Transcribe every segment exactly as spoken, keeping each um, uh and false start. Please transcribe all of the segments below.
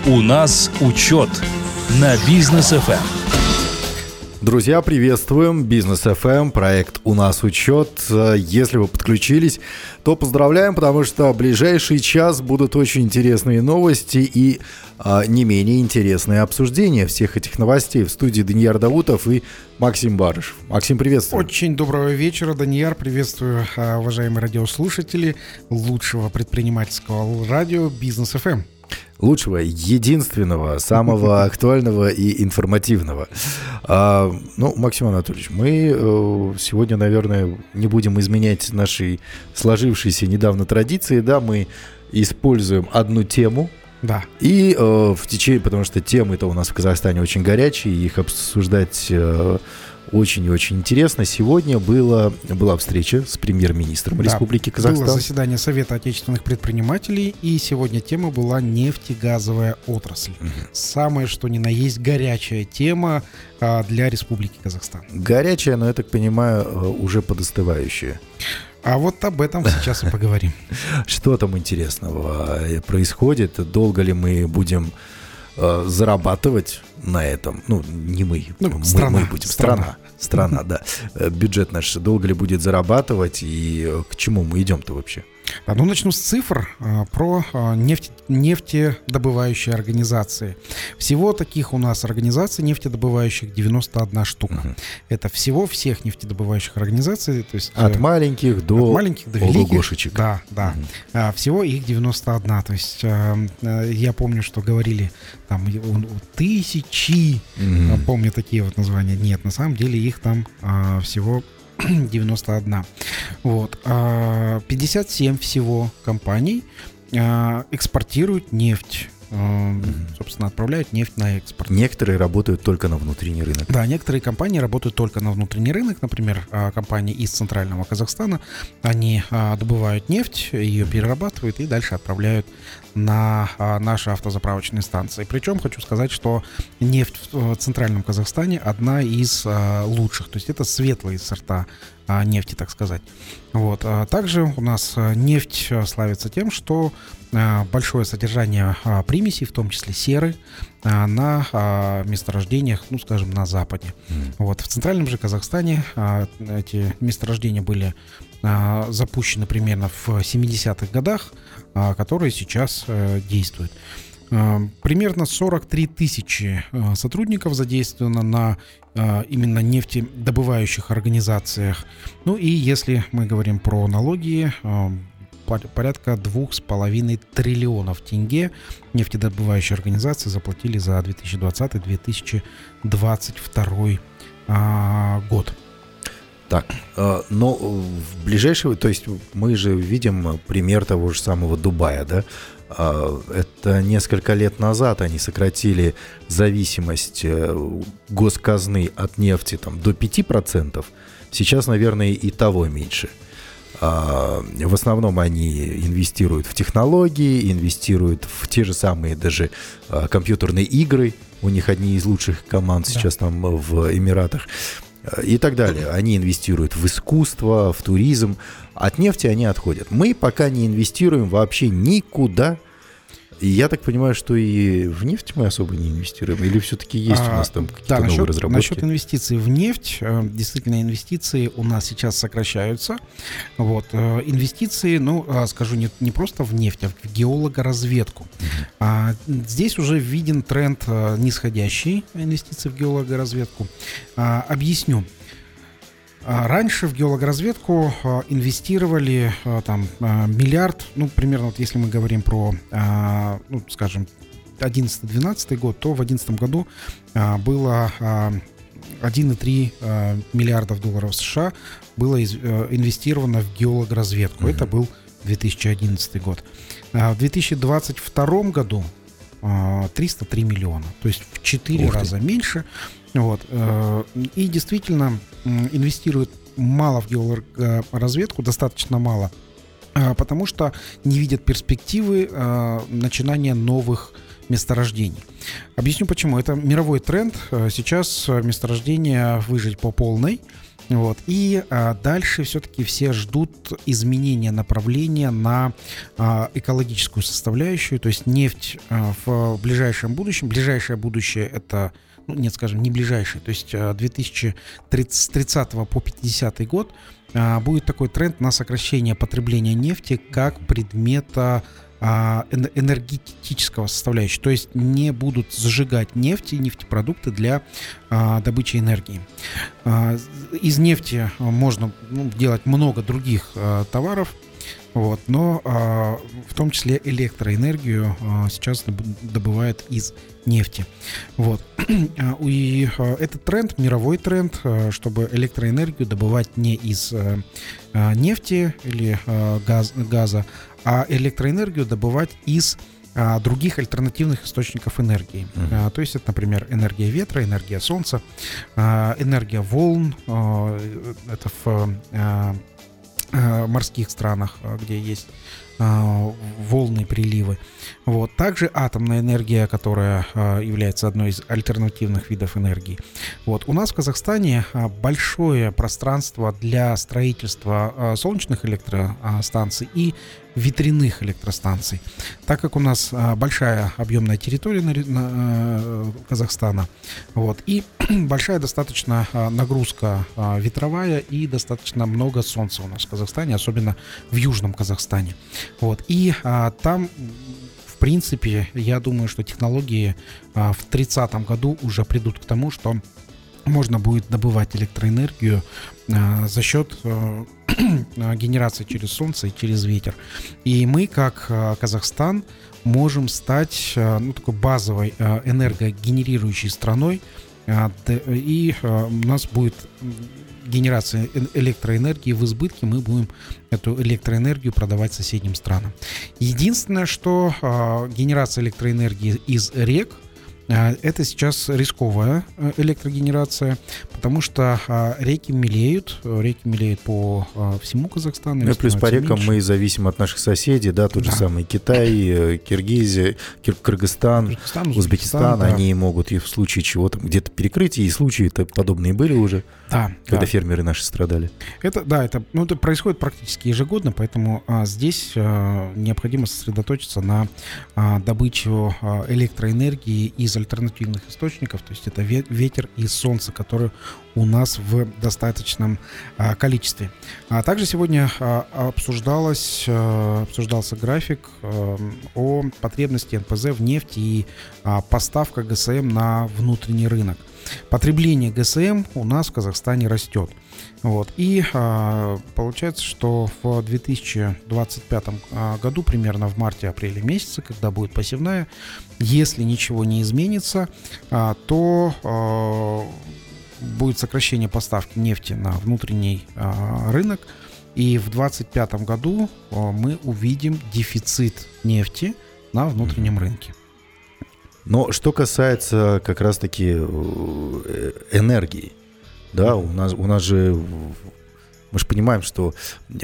У нас учет на Бизнес эф эм. Друзья, приветствуем! Бизнес эф эм, проект «У нас учет». Если вы подключились, то поздравляем, потому что в ближайший час будут очень интересные новости и а, не менее интересные обсуждения всех этих новостей. В студии Данияр Даутов и Максим Барышев. Максим, приветствую. Очень доброго вечера, Данияр. Приветствую, уважаемые радиослушатели лучшего предпринимательского радио «Бизнес эф эм». Лучшего, единственного, самого актуального и информативного. А, ну, Максим Анатольевич, мы э, сегодня, наверное, не будем изменять нашей сложившейся недавно традиции, да, мы используем одну тему. Да. И э, в течение, потому что темы-то у нас в Казахстане очень горячие, их обсуждать э, очень и очень интересно. Сегодня было, была встреча с премьер-министром да, Республики Казахстан. Было заседание Совета отечественных предпринимателей, и сегодня тема была нефтегазовая отрасль. Угу. Самое, что ни на есть, горячая тема а, для Республики Казахстан. Горячая, но, я так понимаю, уже подостывающая. А вот об этом сейчас и поговорим. Что там интересного происходит? Долго ли мы будем э, зарабатывать на этом? Ну, не мы. Ну, мы, страна, мы будем. Страна. Страна, да. Бюджет наш долго ли будет зарабатывать и к чему мы идем-то вообще? А, ну, начну с цифр а, про а, нефть, нефтедобывающие организации. Всего таких у нас организаций нефтедобывающих девяносто одна штука. Угу. Это всего всех нефтедобывающих организаций. То есть, от э, маленьких до, от маленьких до великих. Да, да. Угу. А, всего их девяносто одна. То есть а, я помню, что говорили там тысячи, угу. помню такие вот названия. Нет, на самом деле их там а, всего девяносто одна. Вот. пятьдесят семь всего компаний экспортируют нефть. Собственно, отправляют нефть на экспорт. Некоторые работают только на внутренний рынок. Да, некоторые компании работают только на внутренний рынок. Например, компании из Центрального Казахстана. Они добывают нефть, ее перерабатывают и дальше отправляют на наши автозаправочные станции. Причем хочу сказать, что нефть в Центральном Казахстане одна из лучших. То есть это светлые сорта нефти, так сказать. Вот. Также у нас нефть славится тем, что большое содержание примесей, в том числе серы, на месторождениях, ну, скажем, на Западе. Mm. Вот. В Центральном же Казахстане эти месторождения были запущены примерно в семидесятых годах, которые сейчас действуют. Примерно сорок три тысячи сотрудников задействовано на именно нефтедобывающих организациях. Ну и если мы говорим про налоги, порядка двух с половиной триллионов тенге нефтедобывающие организации заплатили за две тысячи двадцатый — две тысячи двадцать второй год. Так, но в ближайшее, то есть мы же видим пример того же самого Дубая, да? Это несколько лет назад они сократили зависимость госказны от нефти там, до пяти процентов. Сейчас, наверное, и того меньше. В основном они инвестируют в технологии, инвестируют в те же самые даже компьютерные игры. У них одни из лучших команд да. сейчас там в Эмиратах. И так далее. Они инвестируют в искусство, в туризм. От нефти они отходят. Мы пока не инвестируем вообще никуда. И я так понимаю, что и в нефть мы особо не инвестируем. Или все-таки есть а, у нас там какие-то да, новые насчет, разработки? Насчет инвестиций в нефть. Действительно, инвестиции у нас сейчас сокращаются. Вот. Инвестиции, ну, скажу, не, не просто в нефть, а в геологоразведку. Uh-huh. А, здесь уже виден тренд нисходящий инвестиций в геологоразведку. А, объясню. Раньше в геологоразведку инвестировали там миллиард, ну, примерно, вот если мы говорим про, ну, скажем, одиннадцатый-двенадцатый год, то в две тысячи одиннадцатом году было один целых три миллиардов долларов США было инвестировано в геологоразведку. Mm-hmm. Это был две тысячи одиннадцатый год. В две тысячи двадцать втором году триста три миллиона, то есть в четыре раза меньше. Вот. И действительно инвестируют мало в геологоразведку, достаточно мало, потому что не видят перспективы начинания новых месторождений. Объясню почему. Это мировой тренд. Сейчас месторождения выжить по полной. Вот. И а, дальше все-таки все ждут изменения направления на а, экологическую составляющую. То есть нефть а, в ближайшем будущем, ближайшее будущее это, ну, нет, скажем, не ближайшее, то есть а, две тысячи тридцатого по пятидесятый год а, будет такой тренд на сокращение потребления нефти как предмета энергетического составляющего, то есть не будут сжигать нефть и нефтепродукты для а, добычи энергии. А, из нефти можно ну, делать много других а, товаров, вот, но а, в том числе электроэнергию а, сейчас добывают из нефти. Вот. И а, этот тренд, мировой тренд, а, чтобы электроэнергию добывать не из а, нефти или а, газ, газа, а электроэнергию добывать из а, других альтернативных источников энергии. Uh-huh. А, то есть это, например, энергия ветра, энергия солнца, а, энергия волн. А, это в а, а, морских странах, где есть а, волны, приливы. Вот. Также атомная энергия, которая а, является одной из альтернативных видов энергии. Вот. У нас в Казахстане а, большое пространство для строительства а, солнечных электростанций и ветряных электростанций. Так как у нас а, большая объемная территория на, на, а, Казахстана, вот, и большая достаточно а, нагрузка а, ветровая и достаточно много солнца у нас в Казахстане, особенно в Южном Казахстане. Вот, и а, там, в принципе, я думаю, что технологии а, в тридцатом году уже придут к тому, что можно будет добывать электроэнергию а, за счет а, генерации через солнце и через ветер. И мы, как а, Казахстан, можем стать а, ну, такой базовой а, энергогенерирующей страной, а, и а, у нас будет генерация электроэнергии в избытке, мы будем эту электроэнергию продавать соседним странам. Единственное, что а, генерация электроэнергии из рек — это сейчас рисковая электрогенерация, потому что а, реки мелеют, реки мелеют по а, всему Казахстану. Ну, плюс по рекам меньше. Мы зависим от наших соседей, да, тот да. же самый Китай, Киргизия, Кир- Кыргызстан, Узбекистан, Узбекистан да. Они могут и в случае чего там где-то перекрыть, и случаи подобные были уже, да, когда да. фермеры наши страдали. Это, да, это, ну, это происходит практически ежегодно, поэтому а, здесь а, необходимо сосредоточиться на а, добычу а, электроэнергии из альтернативных источников, то есть это ветер и солнце, которые у нас в достаточном а, количестве. А также сегодня а, обсуждалось, а, обсуждался график а, о потребности эн пэ зэ в нефти и а, поставка гэ эс эм на внутренний рынок. Потребление гэ эс эм у нас в Казахстане растет. Вот. И а, получается, что в две тысячи двадцать пятом году, примерно в марте-апреле месяце, когда будет посевная, если ничего не изменится, а, то а, будет сокращение поставки нефти на внутренний а, рынок. И в двадцать пятом году а, мы увидим дефицит нефти на внутреннем рынке. Но что касается как раз-таки энергии, да, у нас, у нас же, мы же понимаем, что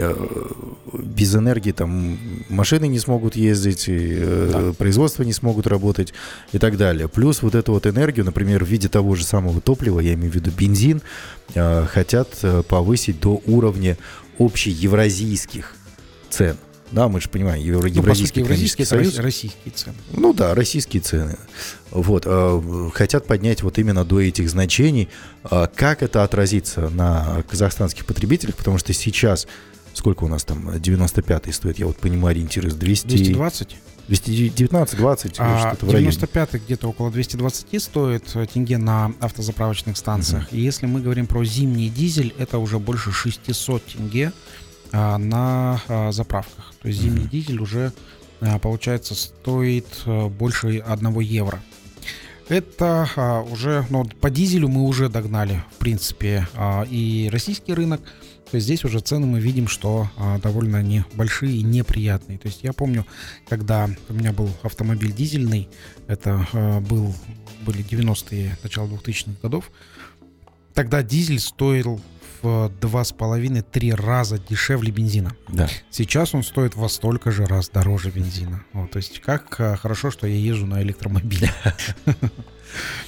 без энергии там машины не смогут ездить, да. производства не смогут работать и так далее. Плюс вот эту вот энергию, например, в виде того же самого топлива, я имею в виду бензин, хотят повысить до уровня общеевразийских цен. Да, мы же понимаем, Евро- ну, Евразийский экономический союз. Российские цены. Ну да, российские цены. Вот, э, хотят поднять вот именно до этих значений. Э, как это отразится на казахстанских потребителях? Потому что сейчас, сколько у нас там, девяносто пятый стоит, я вот по нему ориентируюсь, двести... двести двадцать? двести девятнадцать двадцать, а что-то в районе. девяносто пятый где-то около двести двадцать стоит тенге на автозаправочных станциях. Uh-huh. И если мы говорим про зимний дизель, это уже больше шестьсот тенге а, на а, заправках. То есть зимний mm-hmm. дизель уже, получается, стоит больше одного евро. Это а, уже, ну, по дизелю мы уже догнали, в принципе, а, и российский рынок. То есть здесь уже цены мы видим, что а, довольно они большие и неприятные. То есть я помню, когда у меня был автомобиль дизельный, это а, был, были девяностые, начало двухтысячных годов, тогда дизель стоил в два с половиной — три раза дешевле бензина. Да. Сейчас он стоит во столько же раз дороже бензина. Вот, то есть как хорошо, что я езжу на электромобиле.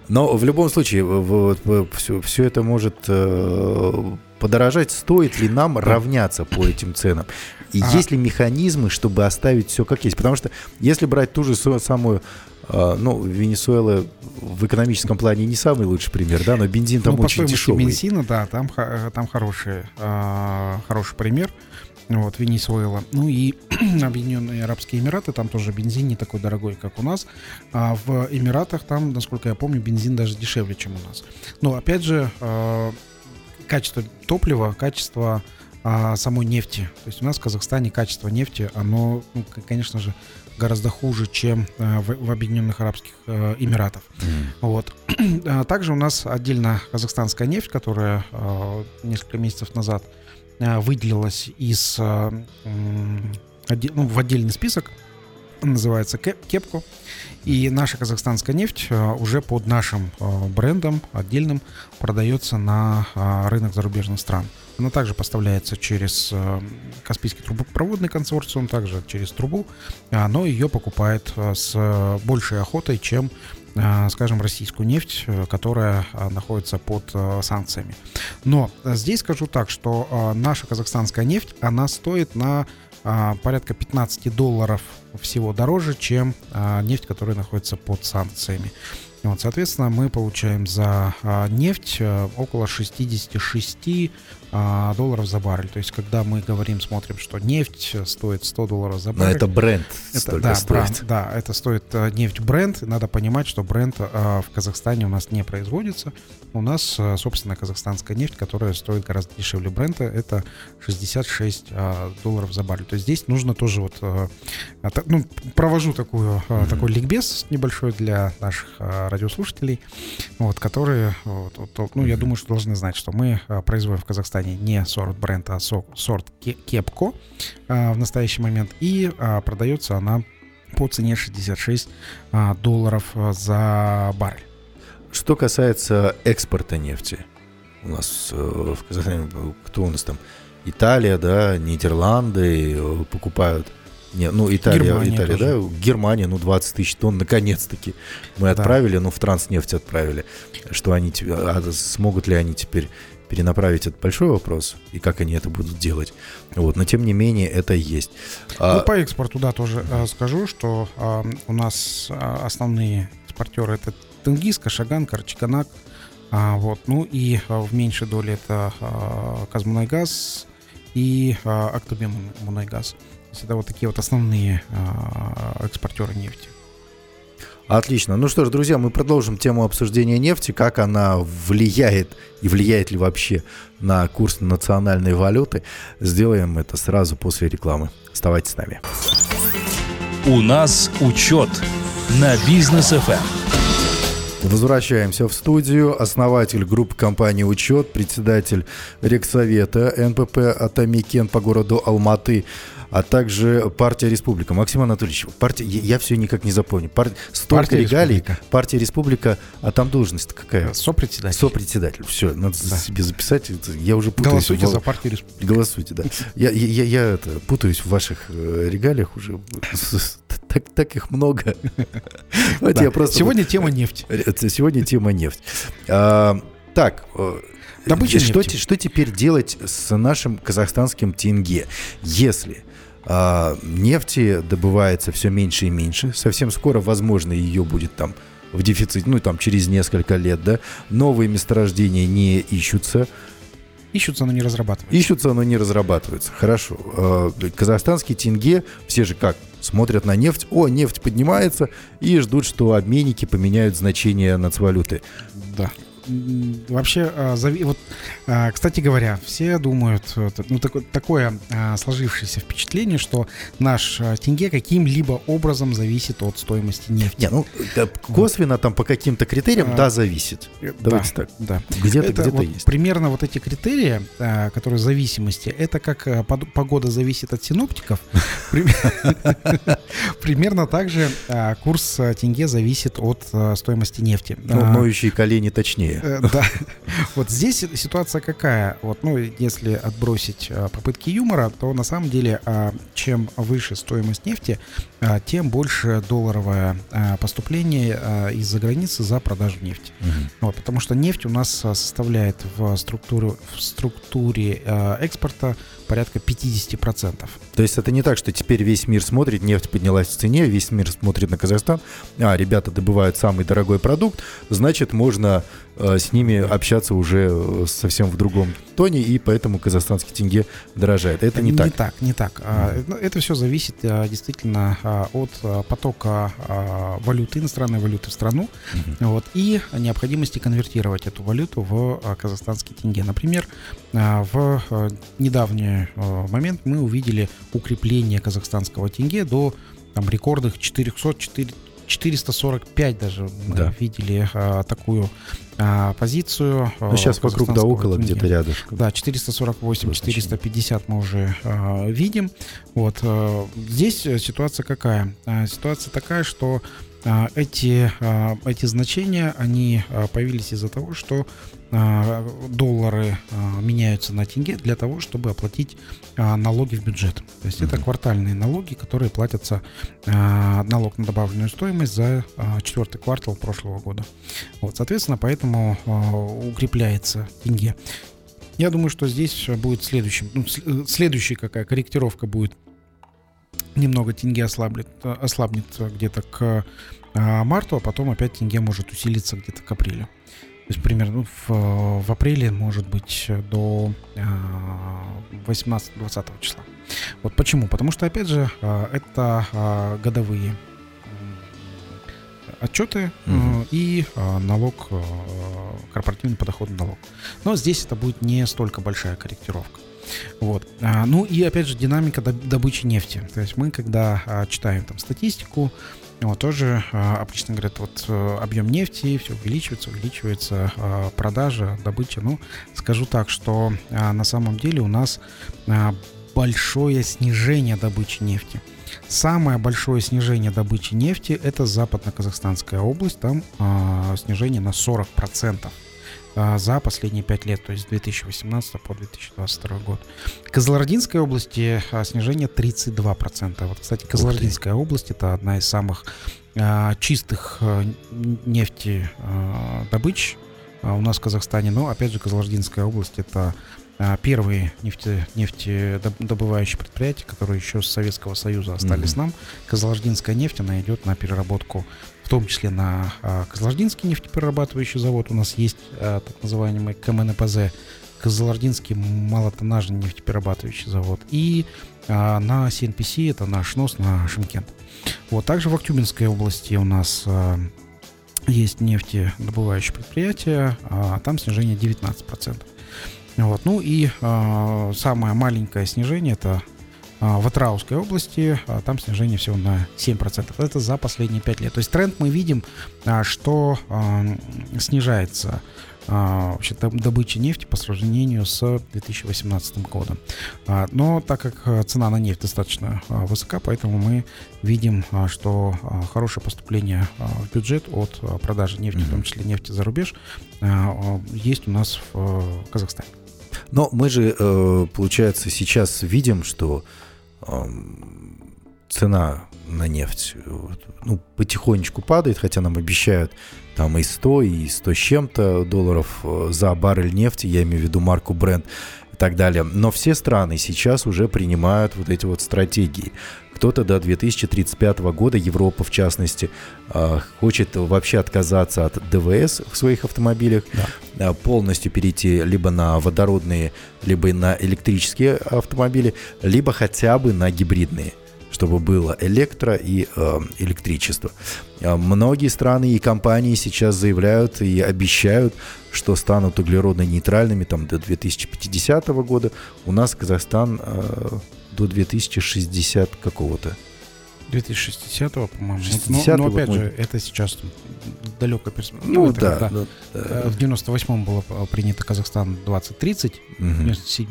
Но в любом случае, вот, все, все это может э, подорожать. Стоит ли нам равняться по этим ценам? И а... есть ли механизмы, чтобы оставить все как есть? Потому что если брать ту же самую, э, ну, Венесуэла в экономическом плане не самый лучший пример, да, но бензин там ну, очень дешевый. Бензина, да, там, там хороший, э, хороший пример. Вот, Венесуэла. Ну и Объединенные Арабские Эмираты, там тоже бензин не такой дорогой, как у нас. А в Эмиратах там, насколько я помню, бензин даже дешевле, чем у нас. Но опять же, э, качество топлива, качество э, самой нефти. То есть у нас в Казахстане качество нефти, оно, ну, конечно же, гораздо хуже, чем э, в, в Объединенных Арабских э, Эмиратах. Mm. Вот. А также у нас отдельно казахстанская нефть, которая э, несколько месяцев назад выделилась из, ну, в отдельный список, называется Кепко, и наша казахстанская нефть уже под нашим брендом отдельным продается на рынок зарубежных стран. Она также поставляется через Каспийский трубопроводный консорциум, также через трубу, но ее покупает с большей охотой, чем, скажем, российскую нефть, которая находится под санкциями. Но здесь скажу так, что наша казахстанская нефть, она стоит на порядка пятнадцать долларов всего дороже, чем нефть, которая находится под санкциями. Вот, соответственно, мы получаем за а, нефть а, около шестьдесят шесть а, долларов за баррель. То есть, когда мы говорим, смотрим, что нефть стоит сто долларов за баррель. Но это бренд это, да, стоит. Бренд, да, это стоит а, нефть бренд. Надо понимать, что бренд а, в Казахстане у нас не производится. У нас а, собственная казахстанская нефть, которая стоит гораздо дешевле бренда. Это шестьдесят шесть а, долларов за баррель. То есть, здесь нужно тоже вот... А, ну, провожу такую, а, mm-hmm. такой ликбез небольшой для наших а, радиослушателей, вот, которые, вот, вот, ну, я думаю, что должны знать, что мы а, производим в Казахстане не сорт бренд, а со, сорт Кепко а, в настоящий момент, и а, продается она по цене шестьдесят шесть а, долларов за баррель. Что касается экспорта нефти, у нас э, в Казахстане, кто у нас там, Италия, да, Нидерланды э, покупают. Не, ну, Италия, Германия, Италия, да, Германия, ну, двадцать тысяч тонн, наконец-таки мы отправили, да. Ну, в Транснефть отправили. Что они, а смогут ли они теперь перенаправить, это большой вопрос, и как они это будут делать. Вот, но, тем не менее, это есть. Ну, по экспорту, да, тоже а, скажу, что а, у нас а, основные экспортеры — это Тенгиз, Кашаган, Карачаканак, а, вот, ну, и а, в меньшей доле это а, Казмунайгаз и а, Актубемунайгаз. Это вот такие вот основные э, экспортеры нефти. Отлично. Ну что ж, друзья, мы продолжим тему обсуждения нефти, как она влияет и влияет ли вообще на курс национальной валюты. Сделаем это сразу после рекламы. Оставайтесь с нами. У нас учет на Бизнес эф эм. Возвращаемся в студию. Основатель группы компании «Учет», председатель Рексовета эн пэ пэ «Атамикен» по городу Алматы, а также партия «Республика». Максим Анатольевич, партия, я, я все никак не запомню. Пар, столько партия регалий, Республика. Партия «Республика», а там должность какая? Сопредседатель. Сопредседатель. Все, надо да. себе записать. Я уже путаюсь. Голосуйте в... за партию «Республика». Голосуйте, да. Я, я, я это, путаюсь в ваших регалиях уже. Так, так их много. Да. Я просто... Сегодня тема нефть. Сегодня тема нефть. А, так, Добыча что, нефти. Что теперь делать с нашим казахстанским тенге, если а, нефти добывается все меньше и меньше? Совсем скоро, возможно, ее будет там в дефиците, ну, там, через несколько лет, да? Новые месторождения не ищутся. Ищутся, но не разрабатываются. Ищутся, но не разрабатываются. Хорошо. Казахстанский тенге, все же как? Смотрят на нефть, о, нефть поднимается, и ждут, что обменники поменяют значение нацвалюты. Да. Вообще, вот, кстати говоря, все думают, ну, такое, такое сложившееся впечатление, что наш тенге каким-либо образом зависит от стоимости нефти. Не, ну, косвенно там по каким-то критериям, а, да, зависит. Давайте да, так. Да. Где-то, это где-то вот есть. Примерно вот эти критерии, которые зависимости, это как погода зависит от синоптиков. Примерно так же курс тенге зависит от стоимости нефти. Ну, ноющие колени точнее. тенге. Да. Вот здесь ситуация какая? Вот, ну, если отбросить попытки юмора, то на самом деле, чем выше стоимость нефти, тем больше долларовое поступление из-за границы за продажу нефти. Угу. Вот, потому что нефть у нас составляет в структуре, в структуре экспорта порядка пятьдесят процентов. То есть это не так, что теперь весь мир смотрит, нефть поднялась в цене, весь мир смотрит на Казахстан, а ребята добывают самый дорогой продукт, значит, можно э, с ними общаться уже совсем в другом тоне, и поэтому казахстанский тенге дорожает. Это не, не так. Не так, не так. Mm-hmm. Это все зависит действительно от потока валюты, иностранной валюты в страну, mm-hmm. вот, и необходимости конвертировать эту валюту в казахстанский тенге. Например, в недавний момент мы увидели укрепление казахстанского тенге до там, рекордных четыреста, четыреста сорок пять даже мы да. видели а, такую а, позицию. Ну, сейчас вокруг да около тенге. Где-то рядышком. Да, четыреста сорок восемь, четыреста пятьдесят мы уже а, видим. Вот, а, здесь ситуация какая? А, ситуация такая, что а, эти, а, эти значения, они а, появились из-за того, что а, доллары а, меняются на тенге для того, чтобы оплатить а, налоги в бюджет. То есть mm-hmm. это квартальные налоги, которые платятся, а, налог на добавленную стоимость за а, четвертый квартал прошлого года. Вот, соответственно, поэтому а, укрепляется тенге. Я думаю, что здесь будет следующий, ну, следующая какая корректировка будет. Немного тенге ослаблет, ослабнет где-то к а, марту, а потом опять тенге может усилиться где-то к апрелю. То есть примерно в, в апреле, может быть, до восемнадцатого-двадцатого числа. Вот почему? Потому что, опять же, это годовые отчеты угу. и налог, корпоративный подоходный налог. Но здесь это будет не столько большая корректировка. Вот. Ну и опять же динамика добычи нефти. То есть мы, когда читаем там статистику, вот, тоже а, обычно говорят, вот а, объем нефти, все увеличивается, увеличивается а, продажа, добыча. Ну, скажу так, что а, на самом деле у нас а, большое снижение добычи нефти. Самое большое снижение добычи нефти — это Западно-Казахстанская область, там а, снижение на сорок процентов за последние пять лет, то есть с две тысячи восемнадцатого по две тысячи двадцать второй год. В Кызылординской области снижение тридцать два процента. Вот, кстати, Кызылординская область — это одна из самых а, чистых а, нефтедобыч а, у нас в Казахстане. Но, опять же, Кызылординская область — это а, первые нефте, нефтедобывающие предприятия, которые еще с Советского Союза остались mm-hmm. нам. Кызылординская нефть, она идет на переработку, в том числе на а, Кызылординский нефтеперерабатывающий завод. У нас есть а, так называемый КМНПЗ, Кызылординский малотоннажный нефтеперерабатывающий завод. И а, на си эн пи си, это наш НОС на Шымкент. Вот, также в Актюбинской области у нас а, есть нефтедобывающие предприятия, а там снижение девятнадцать процентов. Вот, ну и а, самое маленькое снижение — это в Атырауской области, там снижение всего на семь процентов. Это за последние пять лет. То есть тренд мы видим, что снижается вообще добыча нефти по сравнению с две тысячи восемнадцатым годом. Но так как цена на нефть достаточно высока, поэтому мы видим, что хорошее поступление в бюджет от продажи нефти, в том числе нефти за рубеж, есть у нас в Казахстане. Но мы же, получается, сейчас видим, что цена на нефть ну, потихонечку падает, хотя нам обещают там и сто, и сто с чем-то долларов за баррель нефти, я имею в виду марку Brent и так далее. Но все страны сейчас уже принимают вот эти вот стратегии. Кто-то до две тысячи тридцать пятого года, Европа в частности, хочет вообще отказаться от ДВС в своих автомобилях, да. полностью перейти либо на водородные, либо на электрические автомобили, либо хотя бы на гибридные, чтобы было электро и э, электричество. Многие страны и компании сейчас заявляют и обещают, что станут углеродно-нейтральными там, до две тысячи пятидесятого года. У нас Казахстан э, до две тысячи шестидесятого какого-то. две тысячи шестидесятого, по-моему. шестидесятый, но, но опять вот же, мы... это сейчас далекая перспектива. Ну, ну, да, когда, да, да. В девяносто восьмом было принято Казахстан двадцать тридцать, угу. в девяносто седьмом, по-моему.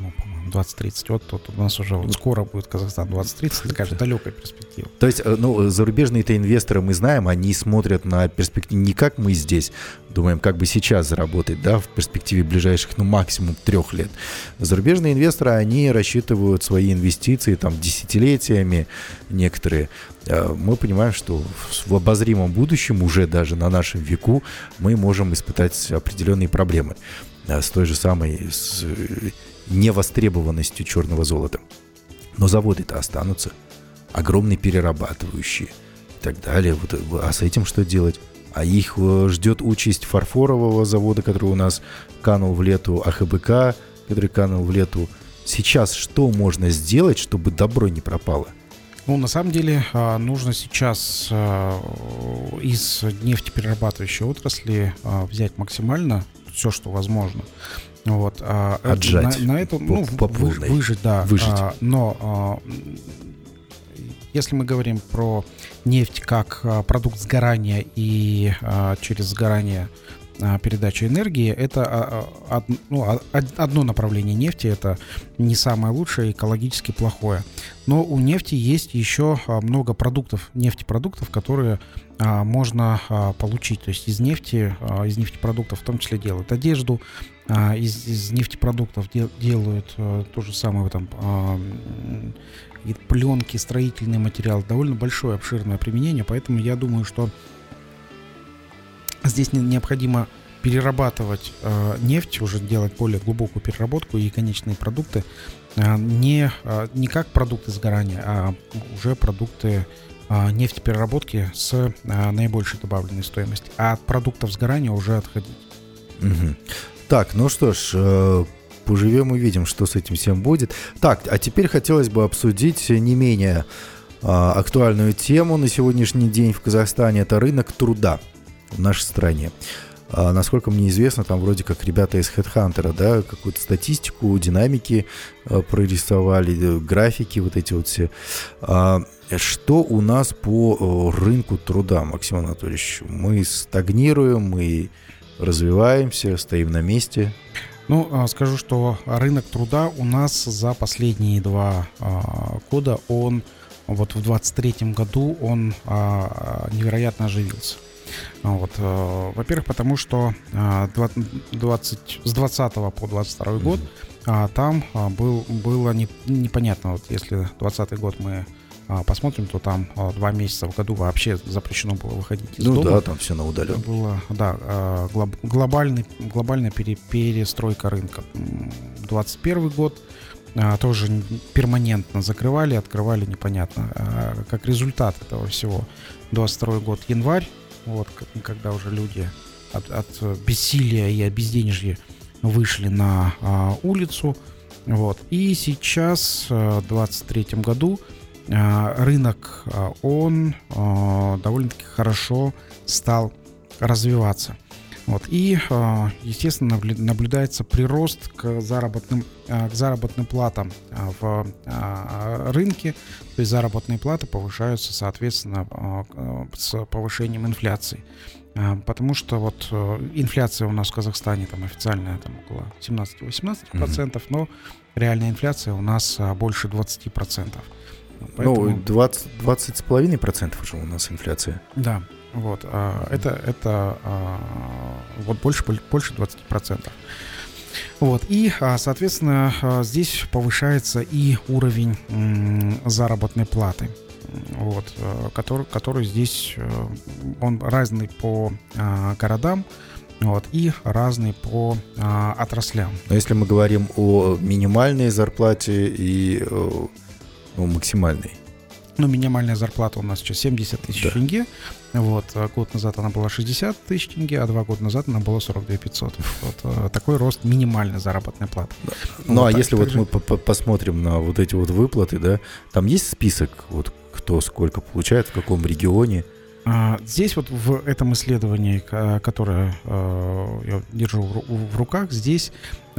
двадцать тридцать. Вот тут у нас уже вот скоро будет Казахстан двадцать тридцать, такая же далекая перспектива. То есть, ну, зарубежные-то инвесторы, мы знаем, они смотрят на перспективу не как мы здесь думаем, как бы сейчас заработать, да, в перспективе ближайших, ну, максимум трех лет. Зарубежные инвесторы, они рассчитывают свои инвестиции там десятилетиями некоторые. Мы понимаем, что в обозримом будущем, уже даже на нашем веку, мы можем испытать определенные проблемы с той же самой с невостребованностью черного золота. Но заводы-то останутся, огромные перерабатывающие и так далее. Вот, а с этим что делать? А их ждет участь фарфорового завода, который у нас канул в лету, АХБК, который канул в лету. Сейчас что можно сделать, чтобы добро не пропало? Ну, на самом деле, нужно сейчас из нефтеперерабатывающей отрасли взять максимально все, что возможно. Вот, отжать. На, на это, по, ну, по вы, выжить, да. Выжить. Но если мы говорим про нефть как продукт сгорания и через сгорание передачи энергии, это ну, одно направление нефти, это не самое лучшее, экологически плохое. Но у нефти есть еще много продуктов, нефтепродуктов, которые можно получить. То есть из нефти, из нефтепродуктов в том числе делают одежду, из, из нефтепродуктов дел, делают то же самое, там, пленки, строительный материал. Довольно большое, обширное применение, поэтому я думаю, что здесь необходимо перерабатывать э, нефть, уже делать более глубокую переработку и конечные продукты э, не, э, не как продукты сгорания, а уже продукты э, нефтепереработки с э, наибольшей добавленной стоимостью. А от продуктов сгорания уже отходить. Угу. Так, ну что ж, э, поживем и видим, что с этим всем будет. Так, а теперь хотелось бы обсудить не менее э, актуальную тему на сегодняшний день в Казахстане. Это рынок труда в нашей стране. А, насколько мне известно, там вроде как ребята из HeadHunter, да, какую-то статистику, динамики а, прорисовали, графики вот эти вот все. А, что у нас по а, рынку труда, Максим Анатольевич? Мы стагнируем, мы развиваемся, стоим на месте? Ну, скажу, что рынок труда у нас за последние два а, года, он вот в двадцать третьем году он а, невероятно оживился. Вот, э, во-первых, потому что э, двадцать, с двадцатого по двадцать второй год э, там э, был, было не, непонятно. Вот если двадцатый год мы э, посмотрим, то там э, два месяца в году вообще запрещено было выходить из ну, дома. Ну да, там все на удаленке. Было, да, э, глоб, глобальный, глобальная пере, перестройка рынка. двадцать первый год э, тоже перманентно закрывали, открывали непонятно. Э, как результат этого всего двадцать второй год, январь. Вот, когда уже люди от, от бессилия и обезденежья вышли на а, улицу. Вот. И сейчас, в двадцать третьем году, а, рынок, а, он а, довольно-таки хорошо стал развиваться. Вот. И, а, естественно, наблюдается прирост к заработным, а, к заработным платам а, в а, рынке. То есть заработные платы повышаются, соответственно, а, с повышением инфляции. А, потому что вот а, инфляция у нас в Казахстане там официальная там, около семнадцать-восемнадцать процентов, mm-hmm. но реальная инфляция у нас а, больше двадцать процентов. Поэтому... Ну, двадцать, двадцать с половиной процентов уже у нас инфляция. Да. Вот, а, это, это а, вот больше, больше двадцать процентов. Вот, и, а, соответственно, а, здесь повышается и уровень м, заработной платы, вот, а, который, который здесь, а, он разный по а, городам, вот, и разный по а, отраслям. Но если мы говорим о минимальной зарплате и о, о максимальной. Ну, минимальная зарплата у нас сейчас семьдесят тысяч да. тенге. Вот, год назад она была шестьдесят тысяч тенге, а два года назад она была сорок две тысячи пятьсот. Вот, такой рост минимальной заработной платы. Да. Ну, вот, а так, если вот же... мы посмотрим на вот эти вот выплаты, да, там есть список, вот кто сколько получает, в каком регионе? Здесь вот в этом исследовании, которое я держу в руках, здесь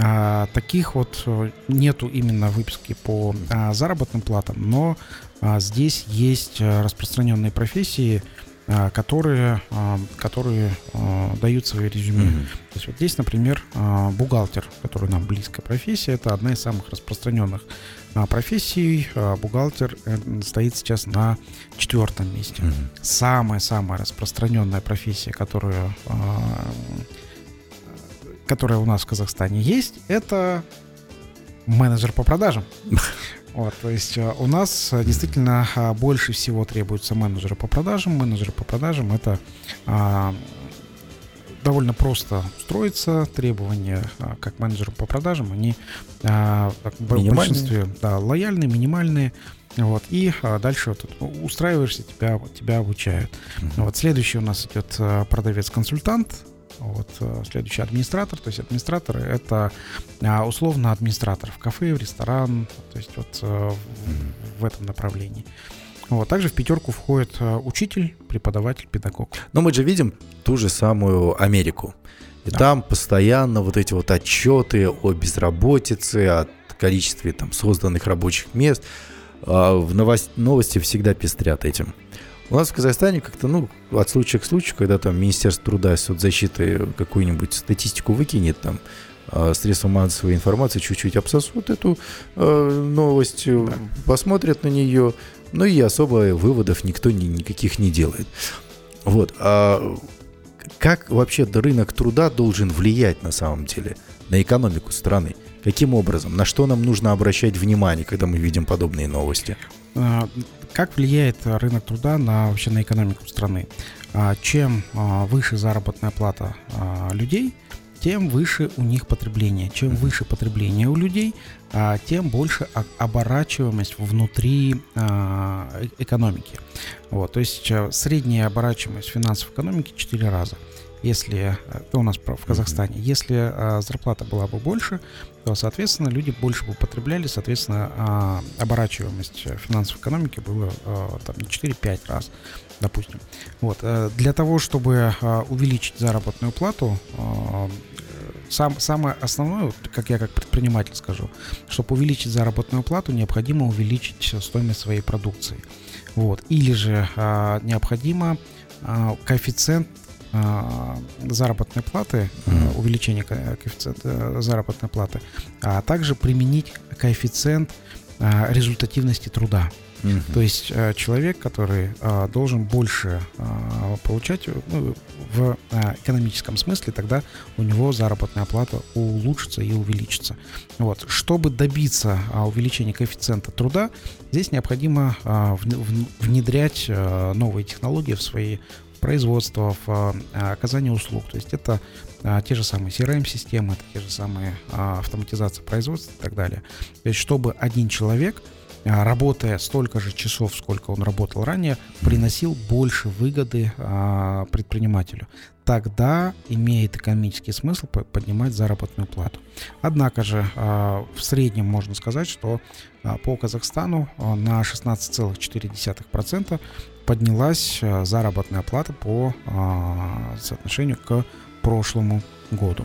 таких вот нету именно выписки по заработным платам, но здесь есть распространенные профессии, которые, которые дают свои резюме. Mm-hmm. То есть вот здесь, например, бухгалтер, который нам близкая профессия, это одна из самых распространенных профессий. Бухгалтер стоит сейчас на четвертом месте. Mm-hmm. Самая-самая распространенная профессия, которую, которая у нас в Казахстане есть, это менеджер по продажам. Вот, то есть у нас действительно больше всего требуется менеджера по продажам. Менеджер по продажам — это а, довольно просто устроиться. Требования а, как менеджера по продажам, они а, в большинстве да, лояльные, минимальные. Вот, и а, дальше вот, устраиваешься, тебя, тебя обучают. Mm-hmm. Вот, следующий у нас идет а, продавец-консультант. Вот, следующий администратор, то есть администраторы — это а, условно администратор в кафе, в ресторан, то есть вот а, в, в этом направлении. Вот, также в пятерку входит а, учитель, преподаватель, педагог. Но мы же видим ту же самую Америку. И да. Там постоянно вот эти вот отчеты о безработице, о количестве там созданных рабочих мест. А, в новость, новости всегда пестрят этим. У нас в Казахстане как-то, ну, от случая к случаю, когда там Министерство труда и соцзащиты какую-нибудь статистику выкинет, там, э, средства массовой информации чуть-чуть обсосут эту э, новость, да. посмотрят на нее, ну и особо выводов никто ни, никаких не делает. Вот. А как вообще рынок труда должен влиять на самом деле на экономику страны? Каким образом? На что нам нужно обращать внимание, когда мы видим подобные новости? Как влияет рынок труда на, вообще на экономику страны? Чем выше заработная плата людей, тем выше у них потребление. Чем выше потребление у людей, тем больше оборачиваемость внутри экономики. Вот, то есть средняя оборачиваемость финансовой экономики четыре раза. Если, это у нас в Казахстане, если а, зарплата была бы больше, то, соответственно, люди больше бы потребляли, соответственно, а, оборачиваемость финансовой экономики была а, там, не четыре-пять раз, допустим. Вот, а, для того, чтобы а, увеличить заработную плату, а, сам, самое основное, как я как предприниматель скажу, чтобы увеличить заработную плату, необходимо увеличить стоимость своей продукции. Вот, или же а, необходимо а, коэффициент заработной платы, mm-hmm. увеличение коэффициента заработной платы, а также применить коэффициент результативности труда. Mm-hmm. То есть человек, который должен больше получать, ну, в экономическом смысле, тогда у него заработная плата улучшится и увеличится. Вот. Чтобы добиться увеличения коэффициента труда, здесь необходимо внедрять новые технологии в свои производство, в оказании услуг. То есть это а, те же самые си ар эм-системы, это те же самые а, автоматизация производства и так далее. То есть чтобы один человек, а, работая столько же часов, сколько он работал ранее, приносил больше выгоды а, предпринимателю. Тогда имеет экономический смысл поднимать заработную плату. Однако же а, в среднем можно сказать, что а, по Казахстану а, на шестнадцать целых четыре десятых процента поднялась заработная плата по а, соотношению к прошлому году.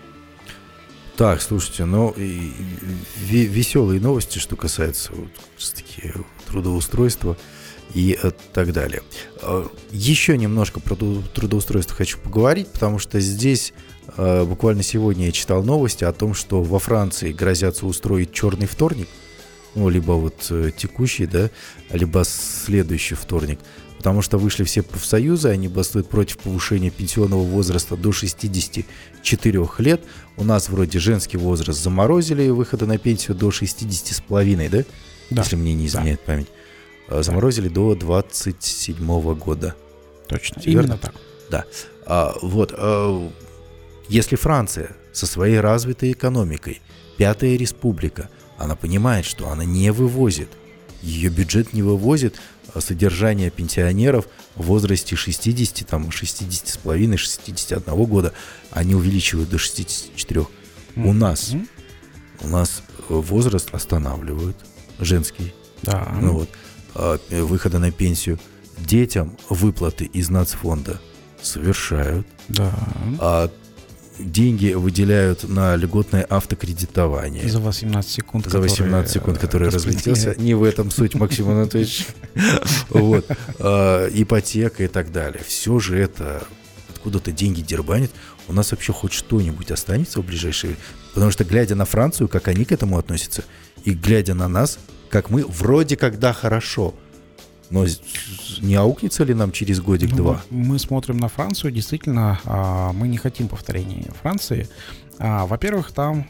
Так, слушайте, ну и, и, веселые новости, что касается вот, такие, трудоустройства и так далее. Еще немножко про трудоустройство хочу поговорить, потому что здесь буквально сегодня я читал новости о том, что во Франции грозятся устроить черный вторник. Ну, либо вот текущий, да, либо следующий вторник. Потому что вышли все профсоюзы, они бастуют против повышения пенсионного возраста до шестидесяти четырёх лет. У нас вроде женский возраст заморозили, выхода на пенсию до шестидесяти с половиной, да? Да. Если мне не изменяет да. память. Заморозили да. до двадцать седьмого года. Точно, верно? Именно так. Да. А, вот, а, если Франция со своей развитой экономикой, пятая республика, она понимает, что она не вывозит, ее бюджет не вывозит содержание пенсионеров в возрасте шестидесяти, там, шестидесяти с половиной, шестидесяти одного года, они увеличивают до шестидесяти четырёх. Mm-hmm. У нас, у нас возраст останавливают, женский, да. ну, вот, выхода на пенсию. Детям выплаты из нацфонда совершают, да. а деньги выделяют на льготное автокредитование. За восемнадцать секунд. За восемнадцать секунд, который разлетелся. Не в этом суть, Максим Анатольевич. Вот. Ипотека и так далее. Все же это откуда-то деньги дербанят, у нас вообще хоть что-нибудь останется в ближайшее время? Потому что, глядя на Францию, как они к этому относятся, и глядя на нас, как мы, вроде как да, хорошо, но не аукнется ли нам через годик-два? Ну, мы смотрим на Францию, действительно, мы не хотим повторения Франции. Во-первых, там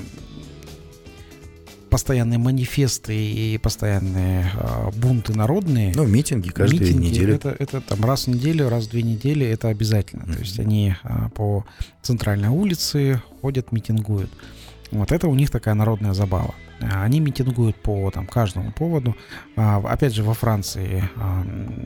постоянные манифесты и постоянные бунты народные. Ну, митинги каждую митинги, неделю. Это, это там раз в неделю, раз в две недели, это обязательно. Mm-hmm. То есть они по центральной улице ходят, митингуют. Вот это у них такая народная забава. Они митингуют по там, каждому поводу. А, опять же, во Франции а,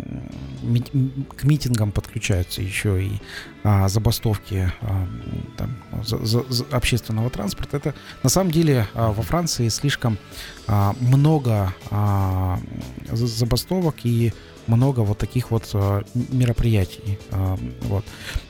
ми- к митингам подключаются еще и а, забастовки а, там, за, за, за общественного транспорта. Это на самом деле а, во Франции слишком а, много а, забастовок и много вот таких вот а, мероприятий. А, вот.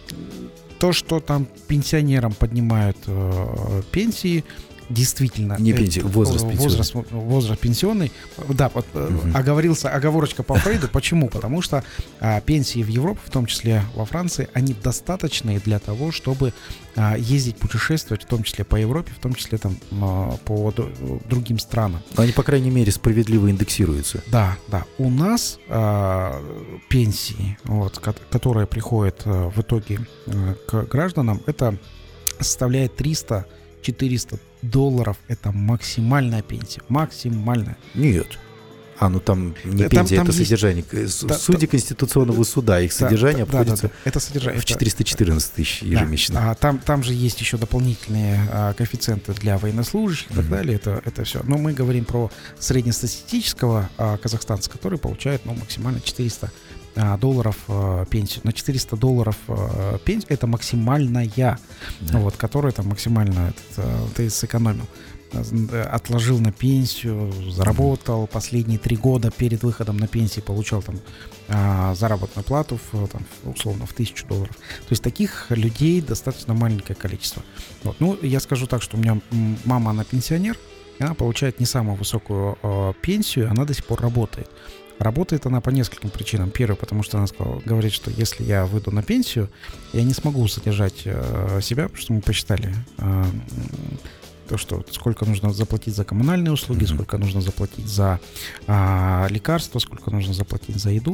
То, что там пенсионерам поднимают э, пенсии, действительно... Не пенсии, возраст пенсионный. Возраст, возраст пенсионный. Да, вот, угу. оговорился, оговорочка по Фрейду. Почему? Потому что а, пенсии в Европе, в том числе во Франции, они достаточные для того, чтобы а, ездить, путешествовать, в том числе по Европе, в том числе там, а, по д- другим странам. Но они, по крайней мере, справедливо индексируются. Да, да. У нас а, пенсии, вот, ко- которые приходят а, в итоге а, к гражданам, это составляет триста-четыреста долларов. Это максимальная пенсия. Максимальная. Нет. А, ну там не там, пенсия, там это есть... содержание. Да, Судьи да, Конституционного суда, их содержание да, обходится да, да, да. Это содержание, в четыреста четырнадцать тысяч ежемесячно. Да. А, там, там же есть еще дополнительные а, коэффициенты для военнослужащих и так mm-hmm. далее. Это, это все. Но мы говорим про среднестатистического а, казахстанца, который получает ну, максимально четыреста долларов э, пенсию. На четыреста долларов э, пенсию это максимальная, да. вот, которая там максимально этот, э, ты сэкономил. Отложил на пенсию, заработал последние три года перед выходом на пенсию, получал там э, заработную плату в, там, условно в тысячу долларов. То есть таких людей достаточно маленькое количество. Вот. Ну, я скажу так, что у меня мама, она пенсионер, и она получает не самую высокую э, пенсию, она до сих пор работает. Работает она по нескольким причинам. Первое, потому что она сказала, говорит, что если я выйду на пенсию, я не смогу содержать э, себя, потому что мы посчитали э, то, что сколько нужно заплатить за коммунальные услуги, mm-hmm. сколько нужно заплатить за э, лекарства, сколько нужно заплатить за еду.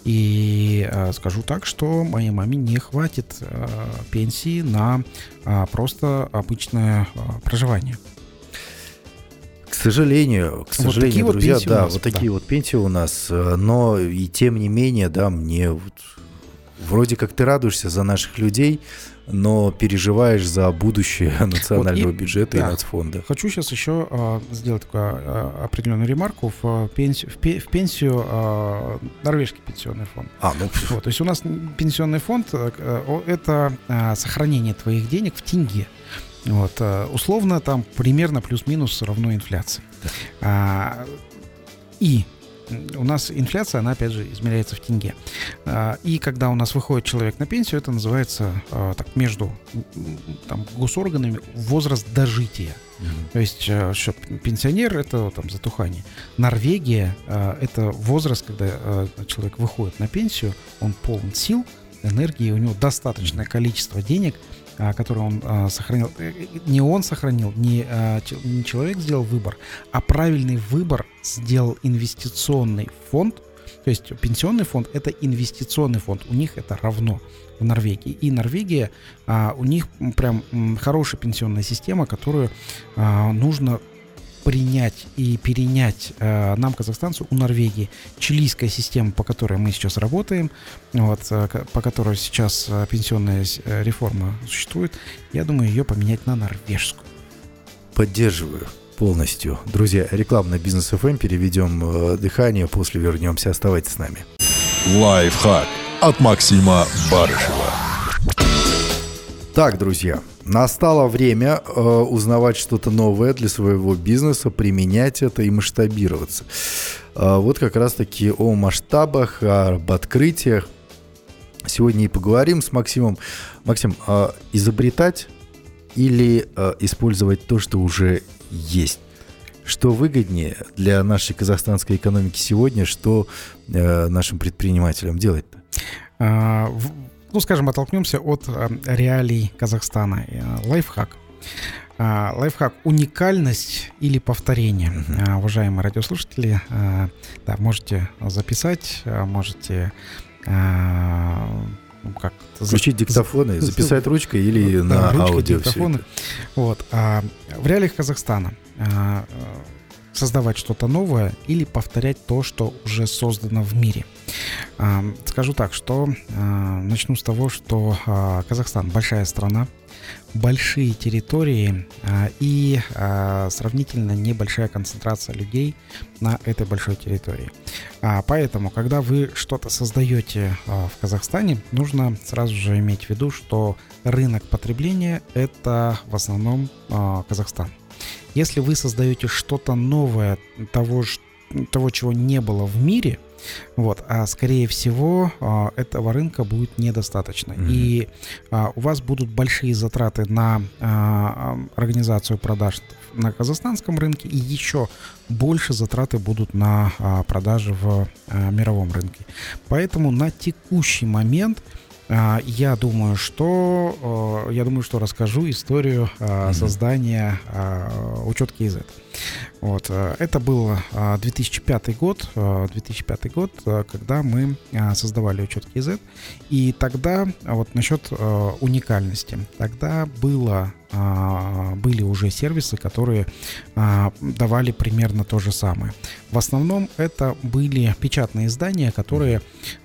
И э, скажу так, что моей маме не хватит э, пенсии на э, просто обычное э, проживание. К сожалению, к сожалению, вот друзья, вот да, нас, вот такие да. вот пенсии у нас, но и тем не менее, да, мне вот, вроде как ты радуешься за наших людей, но переживаешь за будущее национального вот и, бюджета да, и нацфонда. Хочу сейчас еще э, сделать такую э, определенную ремарку в пенсию, в, пе, в пенсию э, норвежский пенсионный фонд. А, ну... вот, то есть у нас пенсионный фонд э, это э, сохранение твоих денег в тенге. Вот, условно, там примерно плюс-минус равно инфляции. Да. А, и у нас инфляция, она, опять же, измеряется в тенге. А, и когда у нас выходит человек на пенсию, это называется а, так, между там, госорганами возраст дожития. Mm-hmm. То есть что, пенсионер — это там, затухание. Норвегия а, — это возраст, когда а, человек выходит на пенсию, он полон сил, энергии, у него достаточное количество денег, который он а, сохранил. Не он сохранил, не, а, не человек сделал выбор, а правильный выбор сделал инвестиционный фонд. То есть пенсионный фонд — это инвестиционный фонд. У них это равно в Норвегии. И Норвегия, а, у них прям м, хорошая пенсионная система, которую а, нужно принять и перенять э, нам, казахстанцу, у Норвегии. Чилийская система, по которой мы сейчас работаем, вот, э, по которой сейчас э, пенсионная э, реформа существует, я думаю, ее поменять на норвежскую. Поддерживаю полностью. Друзья, рекламный бизнес эф эм, переведем э, дыхание, после вернемся. Оставайтесь с нами. Лайфхак от Максима Барышева. Так, друзья, настало время э, узнавать что-то новое для своего бизнеса, применять это и масштабироваться. Э, вот как раз-таки о масштабах, об открытиях сегодня и поговорим с Максимом. Максим, э, изобретать или э, использовать то, что уже есть? Что выгоднее для нашей казахстанской экономики сегодня, что э, нашим предпринимателям делать-то? А, в... ну, скажем, оттолкнемся от реалий Казахстана. Лайфхак. Лайфхак. Уникальность или повторение. Uh-huh. Уважаемые радиослушатели, да, можете записать, можете как включить за... диктофоны, записать ручкой или да, на ручкой, аудио. Диктофоны. Вот. В реалиях Казахстана создавать что-то новое или повторять то, что уже создано в мире. Скажу так, что начну с того, что Казахстан большая страна, большие территории и сравнительно небольшая концентрация людей на этой большой территории. Поэтому, когда вы что-то создаете в Казахстане, нужно сразу же иметь в виду, что рынок потребления – это в основном Казахстан. Если вы создаете что-то новое, того, того, чего не было в мире, вот, а скорее всего этого рынка будет недостаточно. Mm-hmm. И а, у вас будут большие затраты на а, организацию продаж на казахстанском рынке, и еще больше затраты будут на а, продажи в а, мировом рынке. Поэтому на текущий момент я думаю, что я думаю, что расскажу историю mm-hmm. создания учет кей зет. Вот. Это был две тысячи пятый год, две тысячи пятый год, когда мы создавали учет кей зет. И тогда, вот насчет уникальности, тогда было, были уже сервисы, которые давали примерно то же самое. В основном это были печатные издания, которые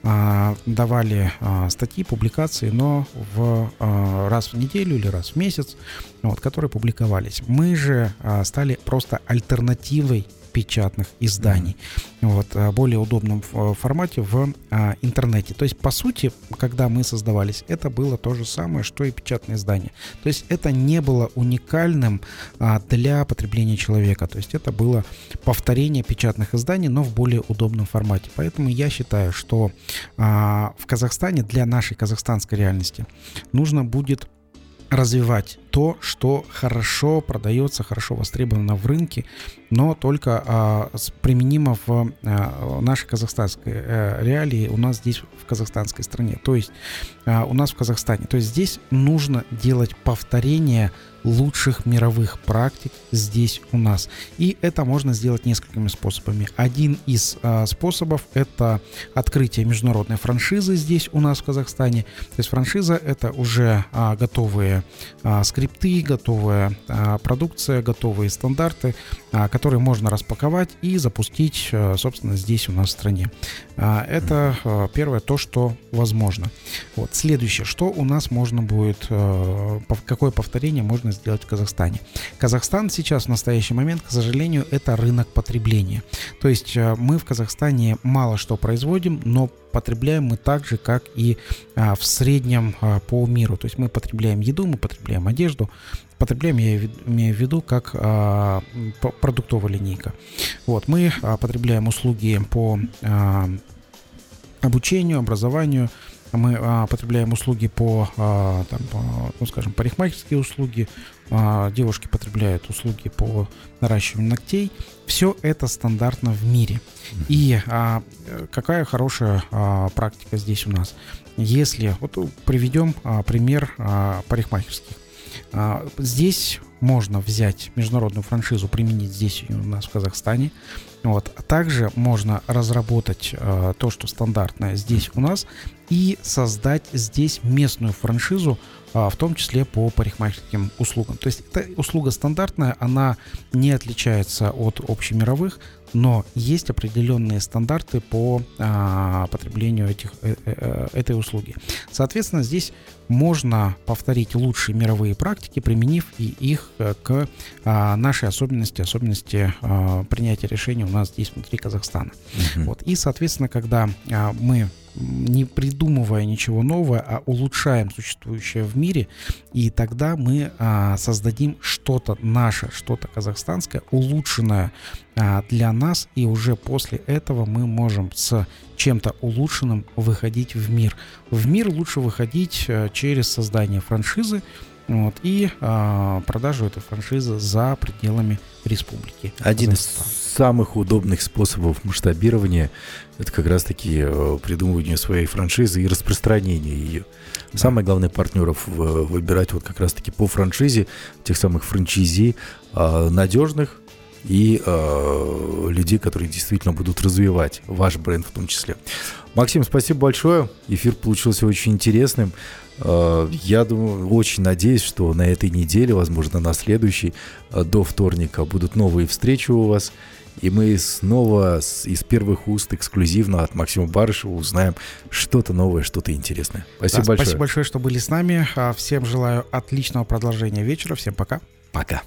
давали статьи, публикации, но в, раз в неделю или раз в месяц, вот, которые публиковались. Мы же стали просто альтернативой печатных изданий, mm-hmm. вот, более удобном формате в а, интернете. То есть, по сути, когда мы создавались, это было то же самое, что и печатные издания. То есть, это не было уникальным а, для потребления человека. То есть, это было повторение печатных изданий, но в более удобном формате. Поэтому я считаю, что а, в Казахстане для нашей казахстанской реальности нужно будет развивать то, что хорошо продается, хорошо востребовано в рынке, но только а, применимо в а, нашей казахстанской а, реалии, у нас здесь в казахстанской стране, то есть а, у нас в Казахстане. То есть здесь нужно делать повторение лучших мировых практик здесь у нас. И это можно сделать несколькими способами. Один из а, способов – это открытие международной франшизы здесь у нас в Казахстане. То есть франшиза – это уже а, готовые а, скрипты, готовая а, продукция, готовые стандарты, а, которые можно распаковать и запустить, а, собственно, здесь у нас в стране. А, это а, первое, то, что возможно. Вот. Следующее, что у нас можно будет, а, какое повторение можно сделать в Казахстане. Казахстан сейчас в настоящий момент, к сожалению, это рынок потребления. То есть мы в Казахстане мало что производим, но потребляем мы так же, как и а, в среднем а, по миру. То есть мы потребляем еду, мы потребляем одежду, потребляем, я имею в виду, как а, продуктовая линейка. Вот, мы а, потребляем услуги по а, обучению, образованию. Мы а, потребляем услуги по, а, там, по, ну, скажем, парикмахерские услуги, а, девушки потребляют услуги по наращиванию ногтей. Все это стандартно в мире. И а, какая хорошая а, практика здесь у нас? Если, вот приведем а, пример а, парикмахерских. А, здесь можно взять международную франшизу, применить здесь у нас в Казахстане. Вот. А также можно разработать э, то, что стандартное здесь у нас, и создать здесь местную франшизу, э, в том числе по парикмахерским услугам. То есть эта услуга стандартная, она не отличается от общемировых, но есть определенные стандарты по э, потреблению этих, э, э, этой услуги. Соответственно, здесь можно повторить лучшие мировые практики, применив и их э, к э, нашей особенности, особенности э, принятия решений у нас здесь внутри Казахстана. Uh-huh. Вот. И, соответственно, когда э, мы, не придумывая ничего нового, а улучшаем существующее в мире, и тогда мы а, создадим что-то наше, что-то казахстанское, улучшенное а, для нас, и уже после этого мы можем с чем-то улучшенным выходить в мир. В мир лучше выходить а, через создание франшизы, вот, и а, продажу этой франшизы за пределами республики. Один из самых удобных способов масштабирования — это как раз-таки придумывание своей франшизы и распространение ее. Да. Самое главное — партнеров выбирать вот как раз-таки по франшизе, тех самых франчайзи, надежных и людей, которые действительно будут развивать ваш бренд в том числе. Максим, спасибо большое. Эфир получился очень интересным. Я думаю, очень надеюсь, что на этой неделе, возможно, на следующей, до вторника, будут новые встречи у вас. И мы снова с, из первых уст эксклюзивно от Максима Барышева узнаем что-то новое, что-то интересное. Спасибо да, большое. Спасибо большое, что были с нами. Всем желаю отличного продолжения вечера. Всем пока. Пока.